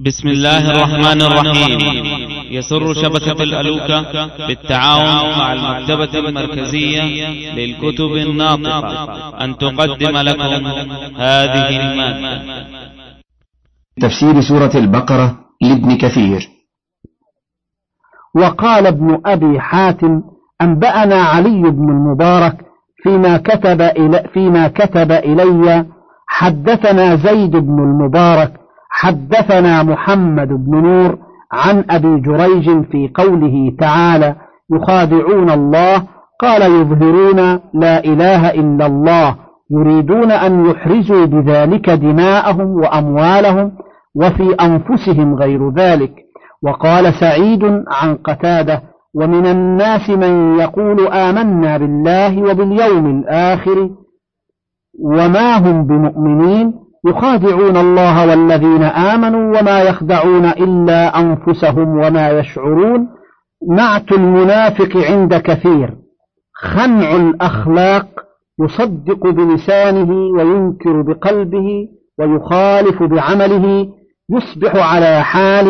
بسم الله الرحمن الرحيم. يسر شبكة الألوكة بالتعاون مع المكتبة المركزية للكتب الناطقة أن تقدم لكم هذه المادة. تفسير سورة البقرة لابن كثير. وقال ابن أبي حاتم أنبأنا علي بن المبارك فيما كتب إلي حدثنا زيد بن المبارك حدثنا محمد بن نور عن أبي جريج في قوله تعالى يخادعون الله قال يظهرون لا إله إلا الله يريدون أن يحرزوا بذلك دماءهم وأموالهم وفي أنفسهم غير ذلك. وقال سعيد عن قتادة ومن الناس من يقول آمنا بالله وباليوم الآخر وما هم بمؤمنين يخادعون الله والذين آمنوا وما يخدعون إلا أنفسهم وما يشعرون. نعت المنافق عند كثير خنع الأخلاق يصدق بلسانه وينكر بقلبه ويخالف بعمله يصبح على حال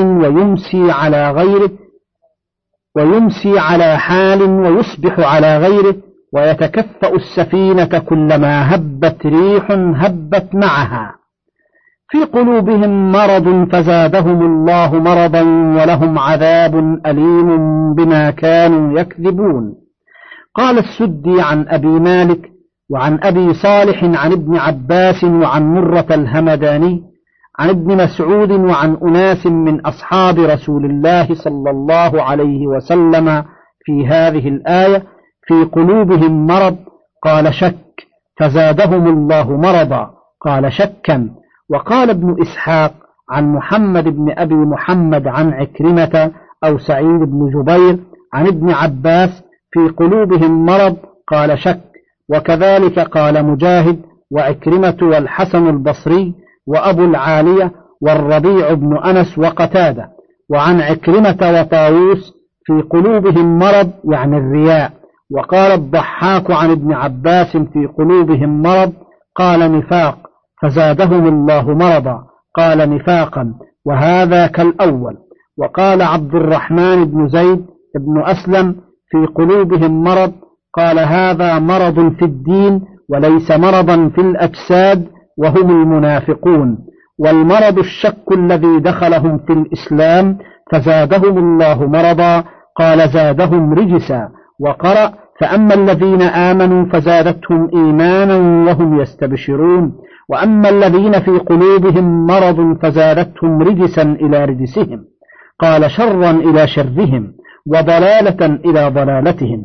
ويصبح على غيره ويتكفأ السفينة كلما هبت ريح هبت معها. في قلوبهم مرض فزادهم الله مرضا ولهم عذاب أليم بما كانوا يكذبون. قال السدي عن أبي مالك وعن أبي صالح عن ابن عباس وعن مرة الهمداني عن ابن مسعود وعن أناس من أصحاب رسول الله صلى الله عليه وسلم في هذه الآية في قلوبهم مرض قال شك فزادهم الله مرضا قال شكا. وقال ابن إسحاق عن محمد بن أبي محمد عن عكرمة أو سعيد بن جبير عن ابن عباس في قلوبهم مرض قال شك. وكذلك قال مجاهد وعكرمة والحسن البصري وأبو العالية والربيع بن أنس وقتادة. وعن عكرمة وطاووس في قلوبهم مرض يعني الرياء. وقال الضحاك عن ابن عباس في قلوبهم مرض قال نفاق فزادهم الله مرضا قال نفاقا وهذا كالأول. وقال عبد الرحمن بن زيد بن أسلم في قلوبهم مرض قال هذا مرض في الدين وليس مرضا في الأجساد وهم المنافقون. والمرض الشك الذي دخلهم في الإسلام فزادهم الله مرضا قال زادهم رجسا. وقرأ فأما الذين آمنوا فزادتهم إيمانا وهم يستبشرون وأما الذين في قلوبهم مرض فزادتهم رجسا إلى رجسهم قال شرا إلى شرهم وضلالة إلى ضلالتهم.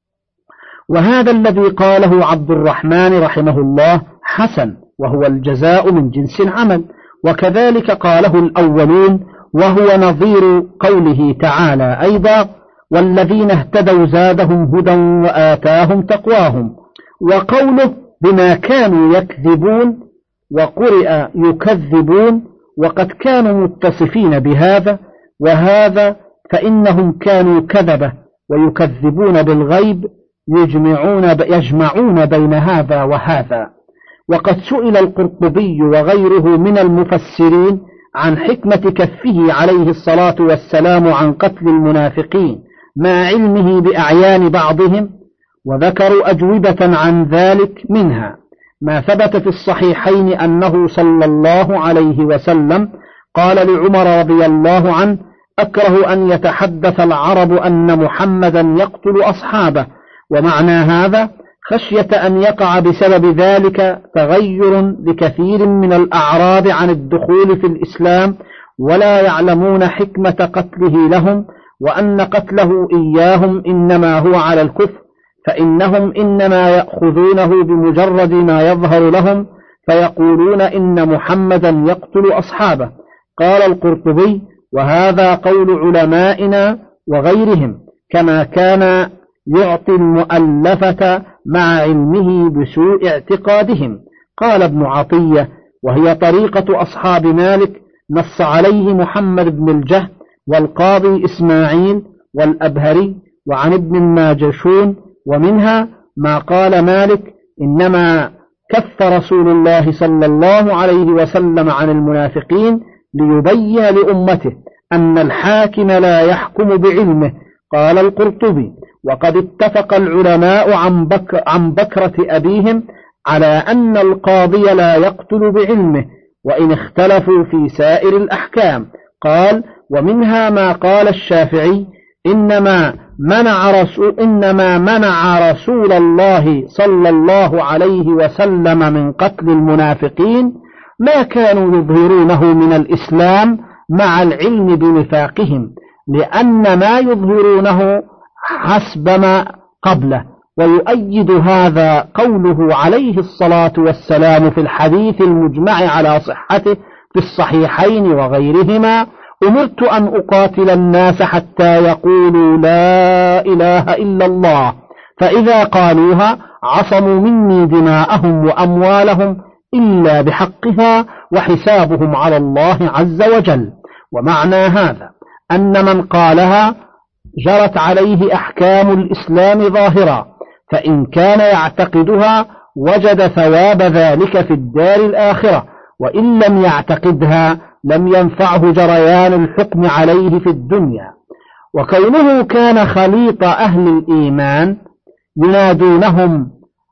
وهذا الذي قاله عبد الرحمن رحمه الله حسن وهو الجزاء من جنس العمل. وكذلك قاله الأولون وهو نظير قوله تعالى أيضا والذين اهتدوا زادهم هدى وآتاهم تقواهم. وقوله بما كانوا يكذبون وقرئ يكذبون وقد كانوا متصفين بهذا وهذا فإنهم كانوا كذبة ويكذبون بالغيب يجمعون بين هذا وهذا. وقد سئل القرطبي وغيره من المفسرين عن حكمة كفه عليه الصلاة والسلام عن قتل المنافقين مع علمه بأعيان بعضهم وذكروا أجوبة عن ذلك منها ما ثبت في الصحيحين أنه صلى الله عليه وسلم قال لعمر رضي الله عنه أكره أن يتحدث العرب أن محمدا يقتل أصحابه. ومعنى هذا خشية أن يقع بسبب ذلك تغير لكثير من الأعراب عن الدخول في الإسلام ولا يعلمون حكمة قتله لهم وأن قتله إياهم إنما هو على الكفر فإنهم إنما يأخذونه بمجرد ما يظهر لهم فيقولون إن محمدا يقتل أصحابه. قال القرطبي وهذا قول علمائنا وغيرهم كما كان يعطي المؤلفة مع علمه بسوء اعتقادهم. قال ابن عطية وهي طريقة أصحاب مالك نص عليه محمد بن الجهد والقاضي إسماعيل والأبهري وعن ابن الماجشون. ومنها ما قال مالك إنما كف رسول الله صلى الله عليه وسلم عن المنافقين ليبين لأمته أن الحاكم لا يحكم بعلمه. قال القرطبي: وقد اتفق العلماء عن بكرة أبيهم على أن القاضي لا يقتل بعلمه، وإن اختلفوا في سائر الأحكام. قال: ومنها ما قال الشافعي: إنما منع رسول الله صلى الله عليه وسلم من قتل المنافقين ما كانوا يظهرونه من الإسلام مع العلم بنفاقهم، لأن ما يظهرونه حسب ما قبله. ويؤيد هذا قوله عليه الصلاة والسلام في الحديث المجمع على صحته في الصحيحين وغيرهما: أمرت أن أقاتل الناس حتى يقولوا لا إله إلا الله، فإذا قالوها عصموا مني دماءهم وأموالهم إلا بحقها وحسابهم على الله عز وجل. ومعنى هذا أن من قالها جرت عليه أحكام الإسلام ظاهرا، فإن كان يعتقدها وجد ثواب ذلك في الدار الآخرة، وإن لم يعتقدها لم ينفعه جريان الحكم عليه في الدنيا. وكونه كان خليط أهل الإيمان ينادونهم: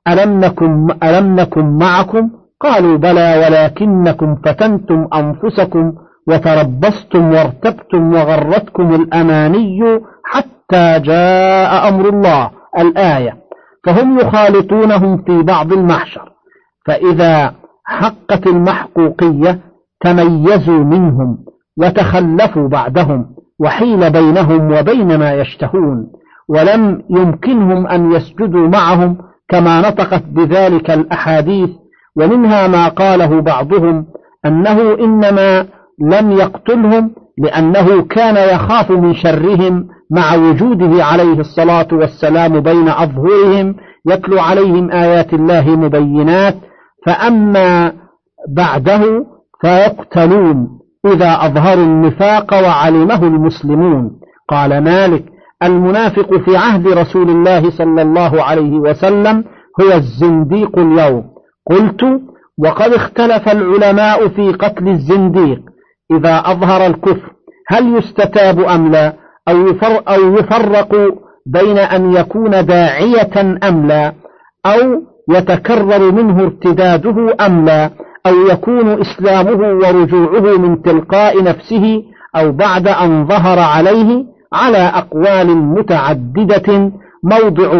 ألم نكن معكم؟ قالوا: بلى، ولكنكم فتنتم أنفسكم وتربصتم وارتبتم وغرتكم الأماني حتى جاء أمر الله. الآية. فهم يخالطونهم في بعض المحشر، فإذا حقت المحقوقية تميزوا منهم وتخلفوا بعدهم، وحيل بينهم وبين ما يشتهون، ولم يمكنهم أن يسجدوا معهم كما نطقت بذلك الأحاديث. ومنها ما قاله بعضهم أنه إنما لم يقتلهم لأنه كان يخاف من شرهم مع وجوده عليه الصلاة والسلام بين أظهرهم يتلو عليهم آيات الله مبينات، فأما بعده فيقتلون إذا أظهروا النفاق وعلمه المسلمون. قال مالك: المنافق في عهد رسول الله صلى الله عليه وسلم هو الزنديق اليوم. قلت: وقد اختلف العلماء في قتل الزنديق إذا أظهر الكفر، هل يستتاب أم لا، أو يفرق بين أن يكون داعية أم لا، أو يتكرر منه ارتداده أم لا، أو يكون إسلامه ورجوعه من تلقاء نفسه أو بعد أن ظهر عليه، على أقوال متعددة موضع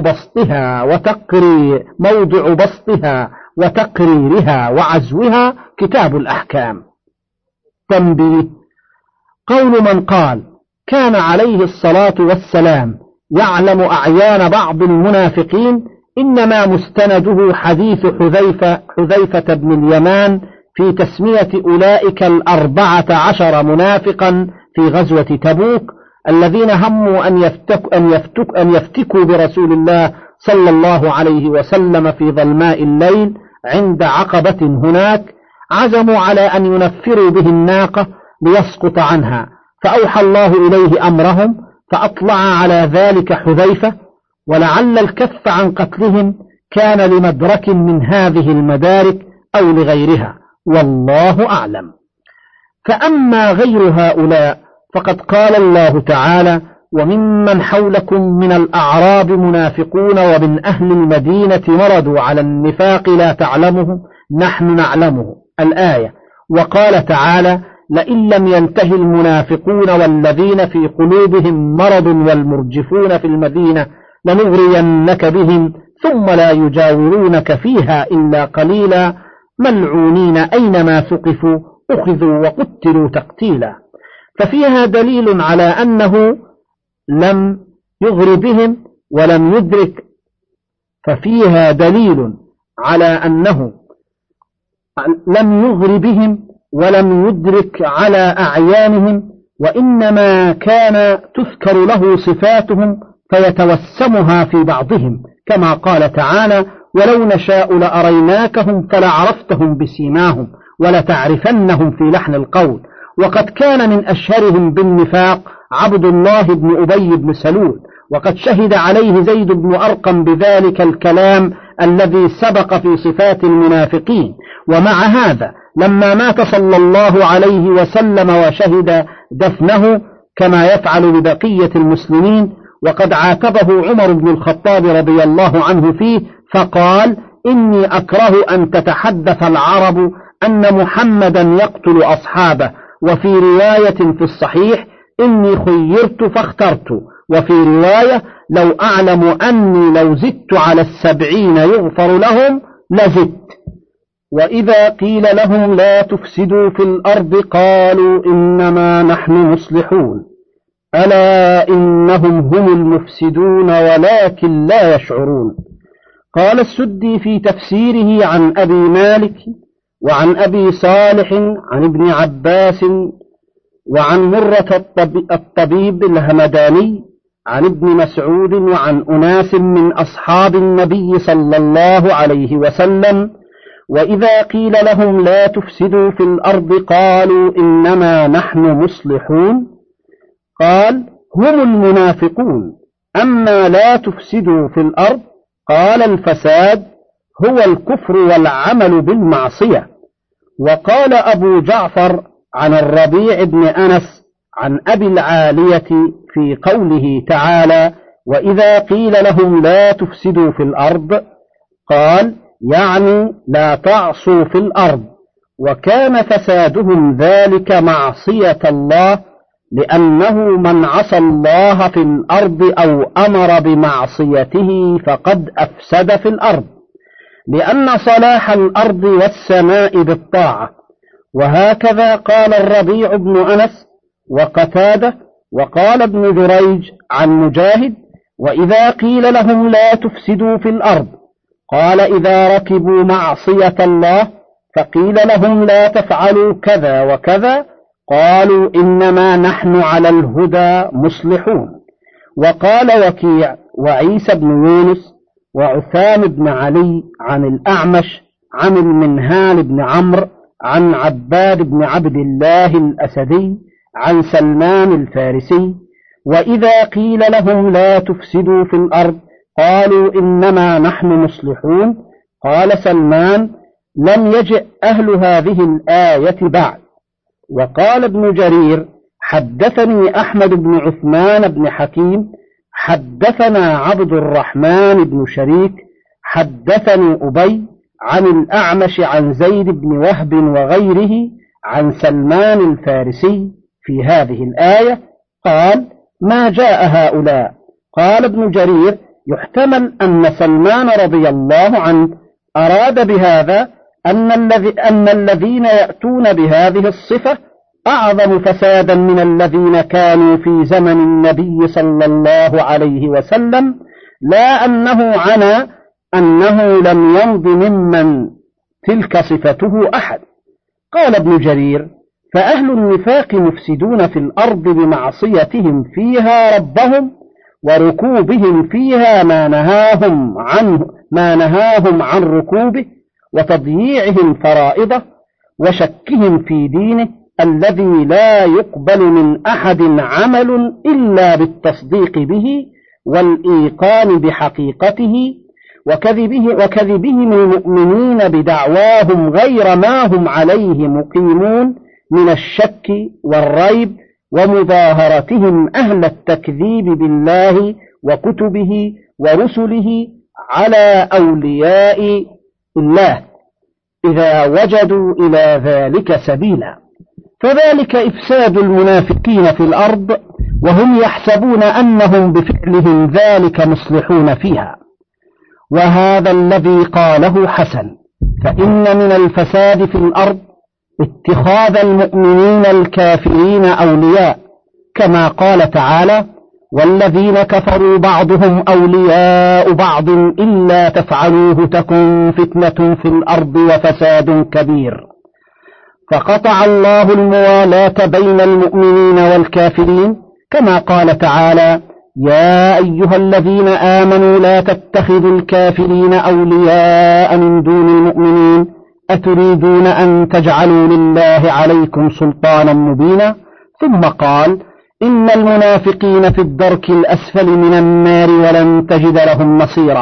بسطها وتقريرها وعزوها كتاب الأحكام. تنبيه: قول من قال كان عليه الصلاة والسلام يعلم أعيان بعض المنافقين إنما مستنده حديث حذيفة بن اليمان في تسمية أولئك 14 منافقا في غزوة تبوك الذين هموا أن يفتكوا برسول الله صلى الله عليه وسلم في ظلماء الليل عند عقبة هناك، عزموا على أن ينفروا به الناقة ليسقط عنها، فأوحى الله إليه أمرهم فأطلع على ذلك حذيفة، ولعل الكف عن قتلهم كان لمدرك من هذه المدارك أو لغيرها، والله أعلم. فأما غير هؤلاء فقد قال الله تعالى: وممن حولكم من الأعراب منافقون ومن أهل المدينة مردوا على النفاق لا تعلمهم نحن نعلمه. الآية. وقال تعالى: لئن لم ينتهي المنافقون والذين في قلوبهم مرض والمرجفون في المدينة لنغرينك بهم ثم لا يجاورونك فيها إلا قليلا ملعونين أينما ثقفوا أخذوا وقتلوا تقتيلا. ففيها دليل على أنه لم يغر بهم ولم يدرك ففيها دليل على أنه لم يغر بهم ولم يدرك على أعيانهم، وإنما كان تذكر له صفاتهم فيتوسمها في بعضهم، كما قال تعالى: ولو نشاء لأريناكهم فلعرفتهم بسيماهم ولتعرفنهم في لحن القول. وقد كان من أشهرهم بالنفاق عبد الله بن أبي بن سلول، وقد شهد عليه زيد بن أرقم بذلك الكلام الذي سبق في صفات المنافقين. ومع هذا لما مات صلى الله عليه وسلم وشهد دفنه كما يفعل ببقية المسلمين، وقد عاتبه عمر بن الخطاب رضي الله عنه فيه فقال: إني أكره أن تتحدث العرب أن محمدا يقتل أصحابه، وفي رواية في الصحيح: إني خيرت فاخترت، وفي رواية: لو أعلم أني لو زدت على 70 يغفر لهم لزدت. وإذا قيل لهم لا تفسدوا في الأرض قالوا إنما نحن مصلحون، ألا إنهم هم المفسدون ولكن لا يشعرون. قال السدي في تفسيره عن أبي مالك وعن أبي صالح عن ابن عباس وعن مرة الطبيب الهمداني عن ابن مسعود وعن أناس من أصحاب النبي صلى الله عليه وسلم: وإذا قيل لهم لا تفسدوا في الأرض قالوا إنما نحن مصلحون، قال: هم المنافقون. أما لا تفسدوا في الأرض قال: الفساد هو الكفر والعمل بالمعصية. وقال أبو جعفر عن الربيع بن أنس عن أبي العالية في قوله تعالى: وإذا قيل لهم لا تفسدوا في الأرض، قال: يعني لا تعصوا في الأرض، وكان فسادهم ذلك معصية الله، لأنه من عصى الله في الأرض أو أمر بمعصيته فقد أفسد في الأرض، لأن صلاح الأرض والسماء بالطاعة. وهكذا قال الربيع بن أنس وقتادة. وقال ابن جريج عن مجاهد: وإذا قيل لهم لا تفسدوا في الأرض، قال: إذا ركبوا معصية الله فقيل لهم لا تفعلوا كذا وكذا، قالوا إنما نحن على الهدى مصلحون. وقال وكيع وعيسى بن يونس وعثام بن علي عن الأعمش عن المنهال بن عمرو عن عباد بن عبد الله الأسدي عن سلمان الفارسي: وإذا قيل لهم لا تفسدوا في الأرض قالوا إنما نحن مصلحون، قال سلمان: لم يجئ أهل هذه الآية بعد. وقال ابن جرير: حدثني أحمد بن عثمان بن حكيم حدثنا عبد الرحمن بن شريك حدثني أبي عن الأعمش عن زيد بن وهب وغيره عن سلمان الفارسي في هذه الآية، قال: ما جاء هؤلاء. قال ابن جرير: يحتمل أن سلمان رضي الله عنه أراد بهذا أن الذين يأتون بهذه الصفة أعظم فسادا من الذين كانوا في زمن النبي صلى الله عليه وسلم، لا أنه عنى أنه لم يمض ممن تلك صفته أحد. قال ابن جرير: فأهل النفاق مفسدون في الأرض بمعصيتهم فيها ربهم، وركوبهم فيها ما نهاهم عن ركوبه، وتضييعهم فرائضه، وشكهم في دينه الذي لا يقبل من أحد عمل إلا بالتصديق به والإيقان بحقيقته، وكذبهم المؤمنين بدعواهم غير ما هم عليه مقيمون من الشك والريب، ومظاهرتهم أهل التكذيب بالله وكتبه ورسله على أولياء الله إذا وجدوا إلى ذلك سبيلا. فذلك إفساد المنافقين في الأرض، وهم يحسبون أنهم بفعلهم ذلك مصلحون فيها. وهذا الذي قاله حسن، فإن من الفساد في الأرض اتخاذ المؤمنين الكافرين أولياء، كما قال تعالى: والذين كفروا بعضهم أولياء بعض إلا تفعلوه تكن فتنة في الأرض وفساد كبير. فقطع الله الموالاة بين المؤمنين والكافرين، كما قال تعالى: يا أيها الذين آمنوا لا تتخذوا الكافرين أولياء من دون المؤمنين أتريدون أن تجعلوا لله عليكم سلطانا مبينا. ثم قال: إن المنافقين في الدرك الأسفل من النار ولن تجد لهم نصيرا.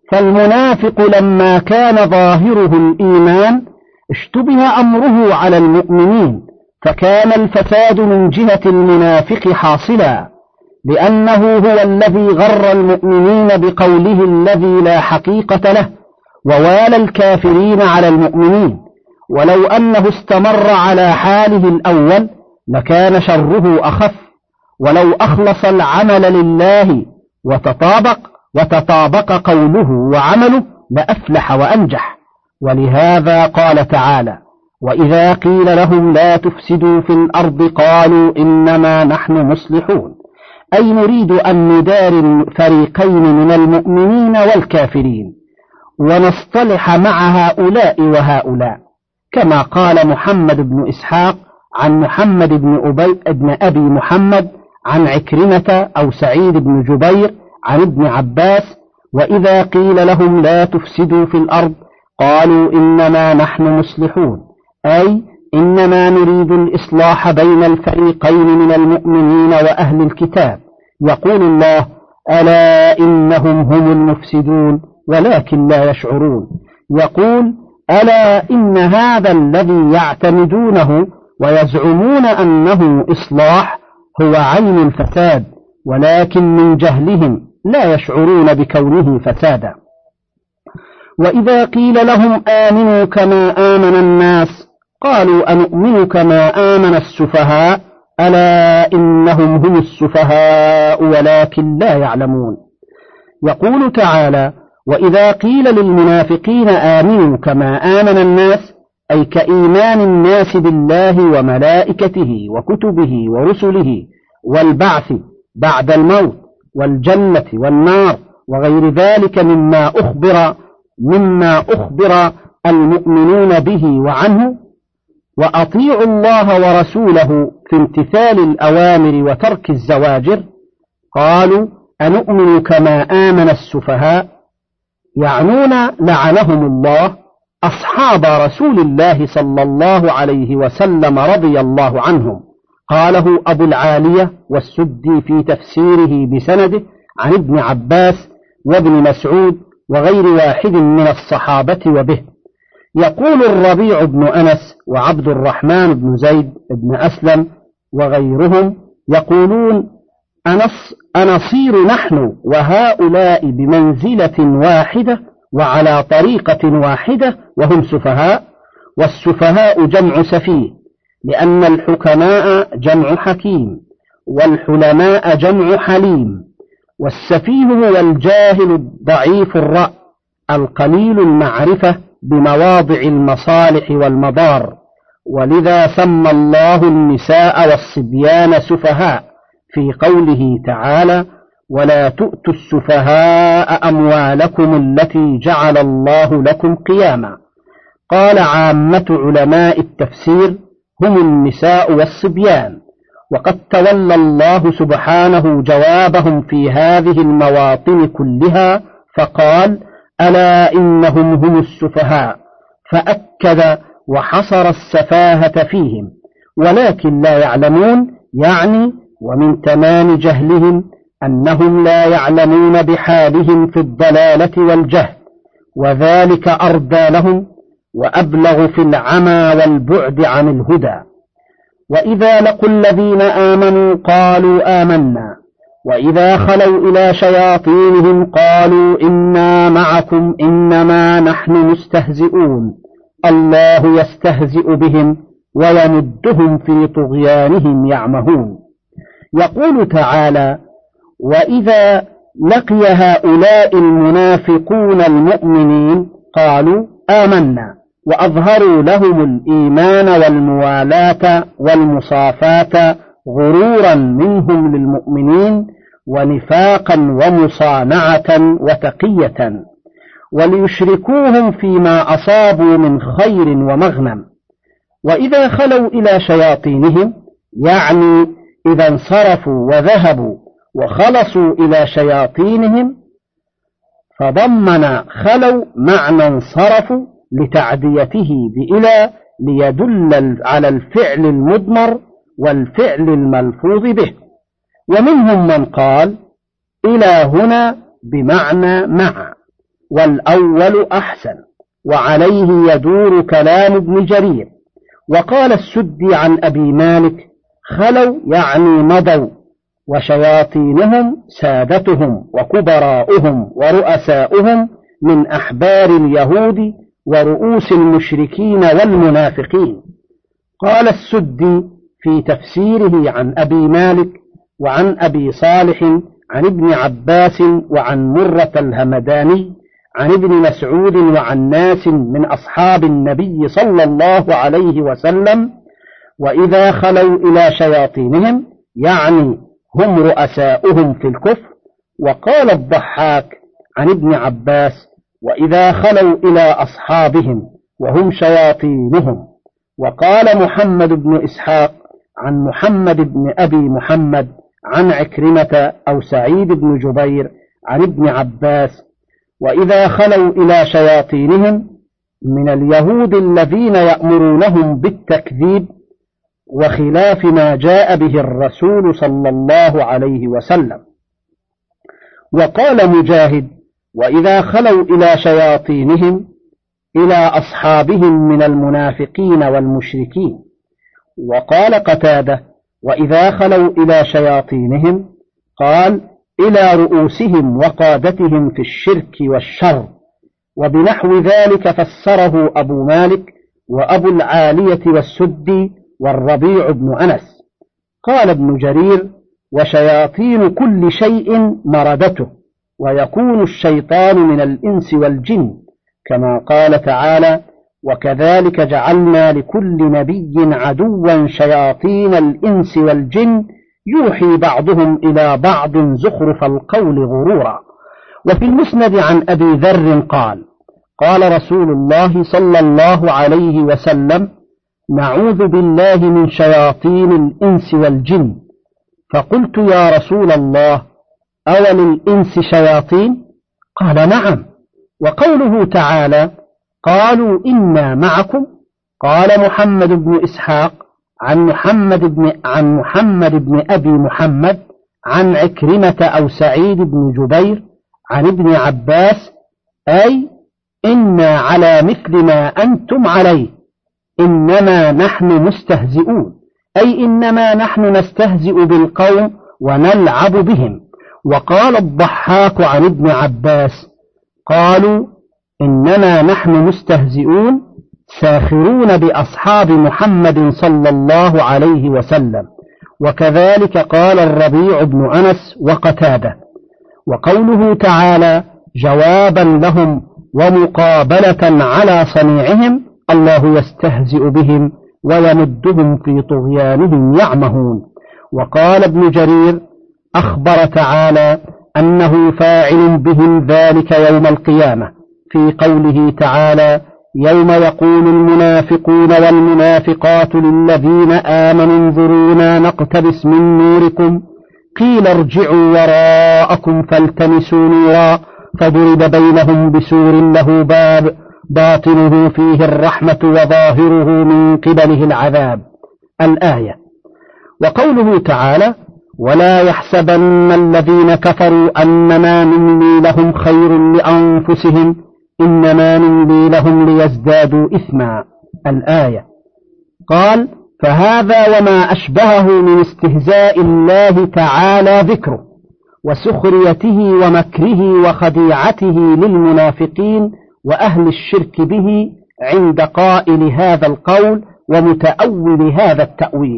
فالمنافق لما كان ظاهره الإيمان اشتبه أمره على المؤمنين، فكان الفساد من جهة المنافق حاصلا، لأنه هو الذي غر المؤمنين بقوله الذي لا حقيقة له، ووالى الكافرين على المؤمنين. ولو أنه استمر على حاله الأول لكان شره أخف، ولو أخلص العمل لله وتطابق قوله وعمله لأفلح وأنجح. ولهذا قال تعالى: وإذا قيل لهم لا تفسدوا في الأرض قالوا إنما نحن مصلحون، أي نريد أن نداري الفريقين من المؤمنين والكافرين ونصطلح مع هؤلاء وهؤلاء، كما قال محمد بن إسحاق عن محمد بن أبي محمد عن عكرمة أو سعيد بن جبير عن ابن عباس: وإذا قيل لهم لا تفسدوا في الأرض قالوا إنما نحن مصلحون، أي إنما نريد الإصلاح بين الفريقين من المؤمنين وأهل الكتاب. يقول الله: ألا إنهم هم المفسدون ولكن لا يشعرون. يقول: ألا إن هذا الذي يعتمدونه ويزعمون أنه إصلاح هو عين الفساد، ولكن من جهلهم لا يشعرون بكونه فسادا. وإذا قيل لهم آمنوا كما آمن الناس قالوا أنؤمن كما آمن السفهاء، ألا إنهم هم السفهاء ولكن لا يعلمون. يقول تعالى: وإذا قيل للمنافقين آمنوا كما آمن الناس، أي كإيمان الناس بالله وملائكته وكتبه ورسله والبعث بعد الموت والجنة والنار وغير ذلك مما أخبر المؤمنون به وعنه، وأطيعوا الله ورسوله في امتثال الأوامر وترك الزواجر، قالوا أنؤمن كما آمن السفهاء، يعنون لعنهم الله أصحاب رسول الله صلى الله عليه وسلم رضي الله عنهم. قاله أبو العالية والسدي في تفسيره بسنده عن ابن عباس وابن مسعود وغير واحد من الصحابة وبه. يقول الربيع بن أنس وعبد الرحمن بن زيد بن أسلم وغيرهم يقولون: أنصير نحن وهؤلاء بمنزلة واحدة وعلى طريقة واحدة وهم سفهاء، والسفهاء جمع سفيه، لأن الحكماء جمع حكيم، والحلماء جمع حليم، والسفيه هو الجاهل الضعيف الرأي القليل المعرفة بمواضع المصالح والمضار. ولذا سمى الله النساء والصبيان سفهاء في قوله تعالى: ولا تؤتوا السفهاء أموالكم التي جعل الله لكم قياما. قال عامة علماء التفسير: هم النساء والصبيان. وقد تولى الله سبحانه جوابهم في هذه المواطن كلها فقال: ألا إنهم هم السفهاء، فأكد وحصر السفاهة فيهم، ولكن لا يعلمون، يعني ومن تمام جهلهم أنهم لا يعلمون بحالهم في الضلالة والجهل، وذلك أردى لهم وأبلغ في العمى والبعد عن الهدى. وإذا لقوا الذين آمنوا قالوا آمنا، وإذا خلوا إلى شياطينهم قالوا إنا معكم إنما نحن مستهزئون، الله يستهزئ بهم ويمدهم في طغيانهم يعمهون. يقول تعالى: وإذا لقي هؤلاء المنافقون المؤمنين قالوا آمنا، وأظهروا لهم الإيمان والموالاة والمصافاة غرورا منهم للمؤمنين ونفاقا ومصانعة وتقية، وليشركوهم فيما أصابوا من خير ومغنم. وإذا خلوا إلى شياطينهم، يعني إذا انصرفوا وذهبوا وخلصوا إلى شياطينهم، فضمن خلوا معنى انصرفوا لتعديته بإلى ليدل على الفعل المضمر والفعل الملفوظ به. ومنهم من قال إلى هنا بمعنى مع، والأول أحسن، وعليه يدور كلام ابن جرير. وقال السدي عن أبي مالك: خلوا يعني مضوا، وشياطينهم سادتهم وكبراؤهم ورؤساؤهم من أحبار اليهود ورؤوس المشركين والمنافقين. قال السدي في تفسيره عن أبي مالك وعن أبي صالح عن ابن عباس وعن مرة الهمداني عن ابن مسعود وعن ناس من أصحاب النبي صلى الله عليه وسلم: وإذا خلوا إلى شياطينهم يعني هم رؤساؤهم في الكفر. وقال الضحاك عن ابن عباس: وإذا خلوا إلى أصحابهم وهم شياطينهم. وقال محمد بن إسحاق عن محمد بن أبي محمد عن عكرمة أو سعيد بن جبير عن ابن عباس: وإذا خلوا إلى شياطينهم من اليهود الذين يأمرونهم بالتكذيب وخلاف ما جاء به الرسول صلى الله عليه وسلم. وقال مجاهد: وإذا خلوا إلى شياطينهم إلى أصحابهم من المنافقين والمشركين. وقال قتادة: وإذا خلوا إلى شياطينهم قال: إلى رؤوسهم وقادتهم في الشرك والشر. وبنحو ذلك فسره أبو مالك وأبو العالية والسدي والربيع بن أنس. قال ابن جرير: وشياطين كل شيء مردته، ويكون الشيطان من الإنس والجن، كما قال تعالى: وكذلك جعلنا لكل نبي عدوا شياطين الإنس والجن يوحي بعضهم إلى بعض زخرف القول غرورا. وفي المسند عن أبي ذر قال: قال رسول الله صلى الله عليه وسلم: نعوذ بالله من شياطين الإنس والجن. فقلت: يا رسول الله، أوللإنس شياطين؟ قال: نعم. وقوله تعالى: قالوا إنا معكم. قال محمد بن إسحاق عن محمد بن أبي محمد عن عكرمة أو سعيد بن جبير عن ابن عباس: أي إنا على مثل ما أنتم عليه، إنما نحن مستهزئون، أي إنما نحن نستهزئ بالقوم ونلعب بهم. وقال الضحاك عن ابن عباس: قالوا إنما نحن مستهزئون ساخرون بأصحاب محمد صلى الله عليه وسلم. وكذلك قال الربيع بن أنس وقتادة. وقوله تعالى جوابا لهم ومقابلة على صنيعهم: الله يستهزئ بهم ويمدهم في طغيانهم يعمهون. وقال ابن جرير: أخبر تعالى أنه فاعل بهم ذلك يوم القيامة في قوله تعالى: يوم يقول المنافقون والمنافقات للذين آمنوا انظرونا نقتبس من نوركم قيل ارجعوا وراءكم فالتمسوا نورا فضرب بينهم بسور له باب باطنه فيه الرحمة وظاهره من قبله العذاب. الآية. وقوله تعالى: ولا يحسبن الذين كفروا أنما نملي لهم خير لأنفسهم إنما نملي لهم ليزدادوا إثما. الآية. قال: فهذا وما أشبهه من استهزاء الله تعالى ذكره وسخريته ومكره وخديعته للمنافقين وأهل الشرك به عند قائل هذا القول ومتأول هذا التأويل.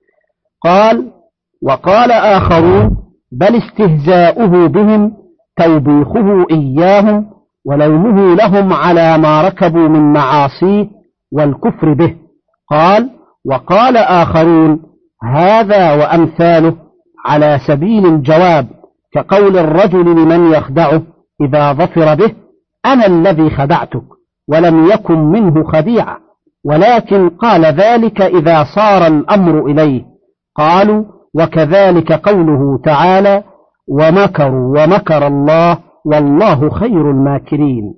قال: وقال آخرون: بل استهزاؤه بهم توبيخه إياهم ولومه لهم على ما ركبوا من معاصيه والكفر به. قال: وقال آخرون: هذا وأمثاله على سبيل الجواب، كقول الرجل لمن يخدعه إذا ظفر به: أنا الذي خدعتك، ولم يكن منه خديعة، ولكن قال ذلك إذا صار الأمر إليه. قالوا: وكذلك قوله تعالى: ومكروا ومكر الله والله خير الماكرين.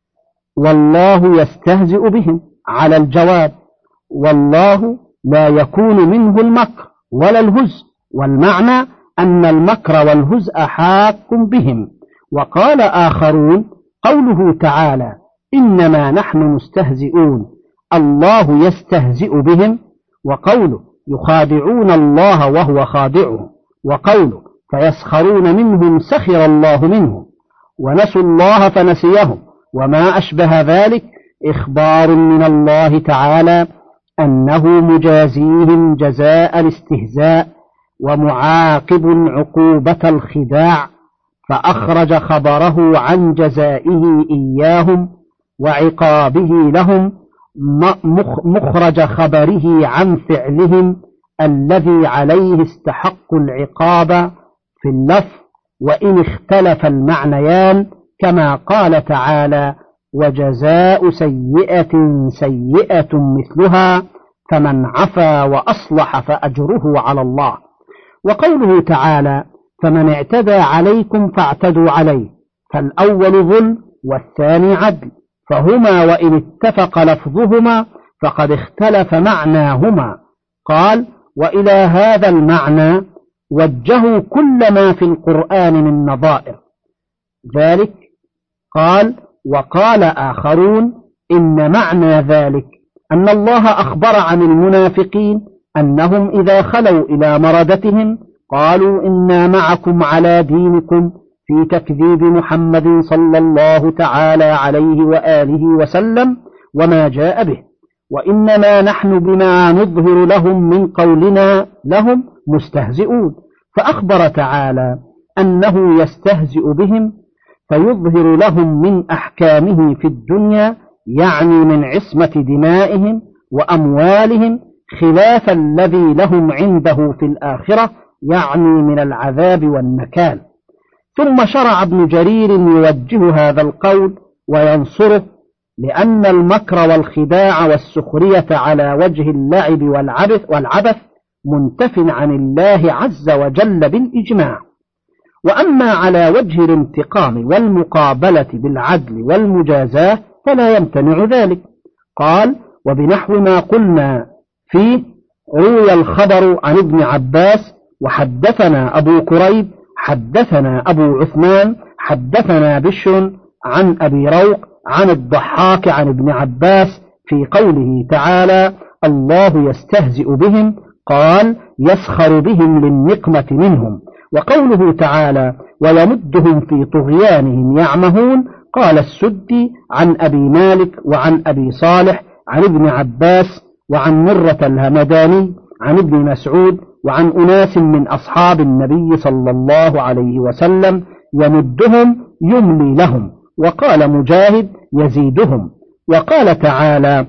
والله يستهزئ بهم على الجواب، والله لا يكون منه المكر ولا الهزء، والمعنى أن المكر والهزء حاك بهم. وقال آخرون: قوله تعالى إنما نحن مستهزئون الله يستهزئ بهم، وقوله يخادعون الله وهو خادعهم، وقوله فيسخرون منهم سخر الله منهم، ونسوا الله فنسيهم، وما أشبه ذلك إخبار من الله تعالى أنه مجازيهم جزاء الاستهزاء ومعاقب عقوبة الخداع، فأخرج خبره عن جزائه إياهم وعقابه لهم مخرج خبره عن فعلهم الذي عليه استحق العقاب في اللفظ، وإن اختلف المعنيان، كما قال تعالى وجزاء سيئة سيئة مثلها فمن عفا وأصلح فأجره على الله. وقوله تعالى فمن اعتدى عليكم فاعتدوا عليه، فالأول ظلم والثاني عدل، فهما وإن اتفق لفظهما فقد اختلف معناهما. قال وإلى هذا المعنى وجهوا كل ما في القرآن من نظائر ذلك. قال وقال آخرون إن معنى ذلك أن الله أخبر عن المنافقين أنهم إذا خلوا إلى مردتهم قالوا إنا معكم على دينكم في تكذيب محمد صلى الله تعالى عليه وآله وسلم وما جاء به، وإنما نحن بما نظهر لهم من قولنا لهم مستهزئون. فأخبر تعالى أنه يستهزئ بهم فيظهر لهم من أحكامه في الدنيا، يعني من عصمة دمائهم وأموالهم، خلاف الذي لهم عنده في الآخرة، يعني من العذاب والنكال. ثم شرع ابن جرير يوجه هذا القول وينصره، لأن المكر والخداع والسخرية على وجه اللعب والعبث منتف عن الله عز وجل بالإجماع. وأما على وجه الانتقام والمقابلة بالعدل والمجازاة فلا يمتنع ذلك. قال وبنحو ما قلنا فيه روي الخبر عن ابن عباس وحدثنا أبو كريب حدثنا أبو عثمان حدثنا بشر عن أبي روق عن الضحاك عن ابن عباس في قوله تعالى الله يستهزئ بهم، قال يسخر بهم للنقمة منهم. وقوله تعالى ويمدهم في طغيانهم يعمهون، قال السدي عن أبي مالك وعن أبي صالح عن ابن عباس وعن مرة الهمداني عن ابن مسعود وعن أناس من أصحاب النبي صلى الله عليه وسلم يمدهم يملي لهم. وقال مجاهد يزيدهم. وقال تعالى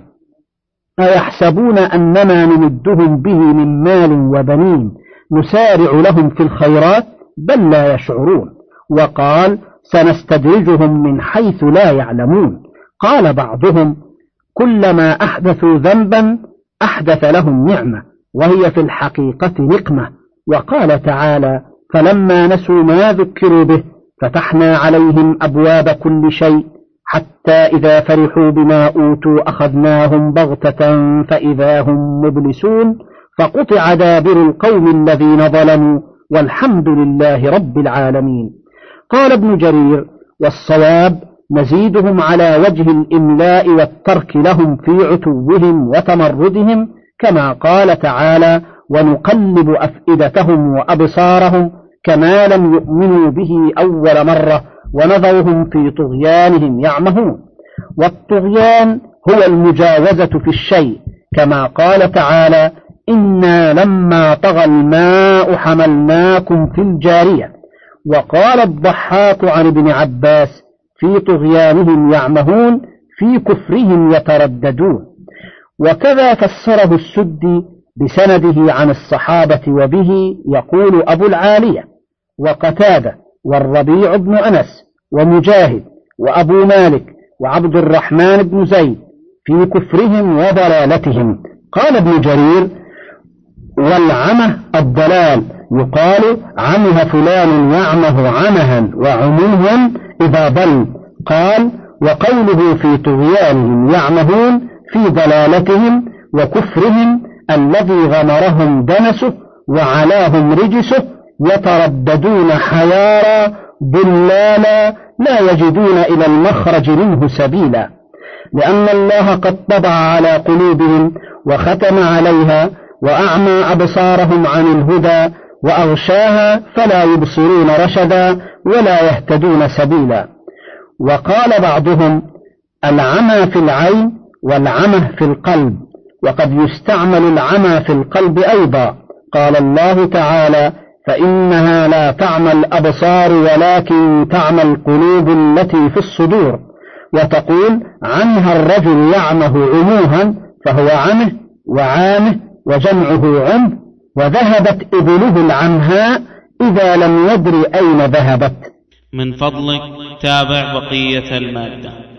أيحسبون أنما نمدهم به من مال وبنين نسارع لهم في الخيرات بل لا يشعرون. وقال سنستدرجهم من حيث لا يعلمون. قال بعضهم كلما أحدثوا ذنبا أحدث لهم نعمة، وهي في الحقيقة نقمة. وقال تعالى فلما نسوا ما ذكروا به فتحنا عليهم أبواب كل شيء حتى إذا فرحوا بما أوتوا أخذناهم بغتة فإذا هم مبلسون، فقطع دابر القوم الذين ظلموا والحمد لله رب العالمين. قال ابن جرير والصواب نزيدهم على وجه الإملاء والترك لهم في عتوهم وتمردهم، كما قال تعالى ونقلب أفئدتهم وأبصارهم كما لم يؤمنوا به أول مرة ونذرهم في طغيانهم يعمهون. والطغيان هو المجاوزة في الشيء، كما قال تعالى إنا لما طغى الماء حملناكم في الجارية. وقال الضحاك عن ابن عباس في طغيانهم يعمهون في كفرهم يترددون. وكذا فسره السدي بسنده عن الصحابة وبه يقول أبو العالية وقتادة والربيع بن أنس ومجاهد وأبو مالك وعبد الرحمن بن زيد في كفرهم وضلالتهم. قال ابن جرير والعمه الضلال، يقال عمه فلان يعمه عمها وعموها إذا ضل. قال وقوله في طغيانهم يعمهون في ضلالتهم وكفرهم الذي غمرهم دنسه وعلاهم رجسه يترددون حيارى ضلالا لا يجدون إلى المخرج منه سبيلا، لأن الله قد طبع على قلوبهم وختم عليها وأعمى أبصارهم عن الهدى وأغشاها فلا يبصرون رشدا ولا يهتدون سبيلا. وقال بعضهم: العمى في العين والعمى في القلب، وقد يستعمل العمى في القلب أيضا. قال الله تعالى: فإنها لا تعمى الأبصار ولكن تعمى القلوب التي في الصدور. وتقول عنها الرجل يعمه عموها فهو عمه وعامه وجمعه عمه، وذهبت إبله العمهاء إذا لم يدر أين ذهبت. من فضلك تابع بقية المادة.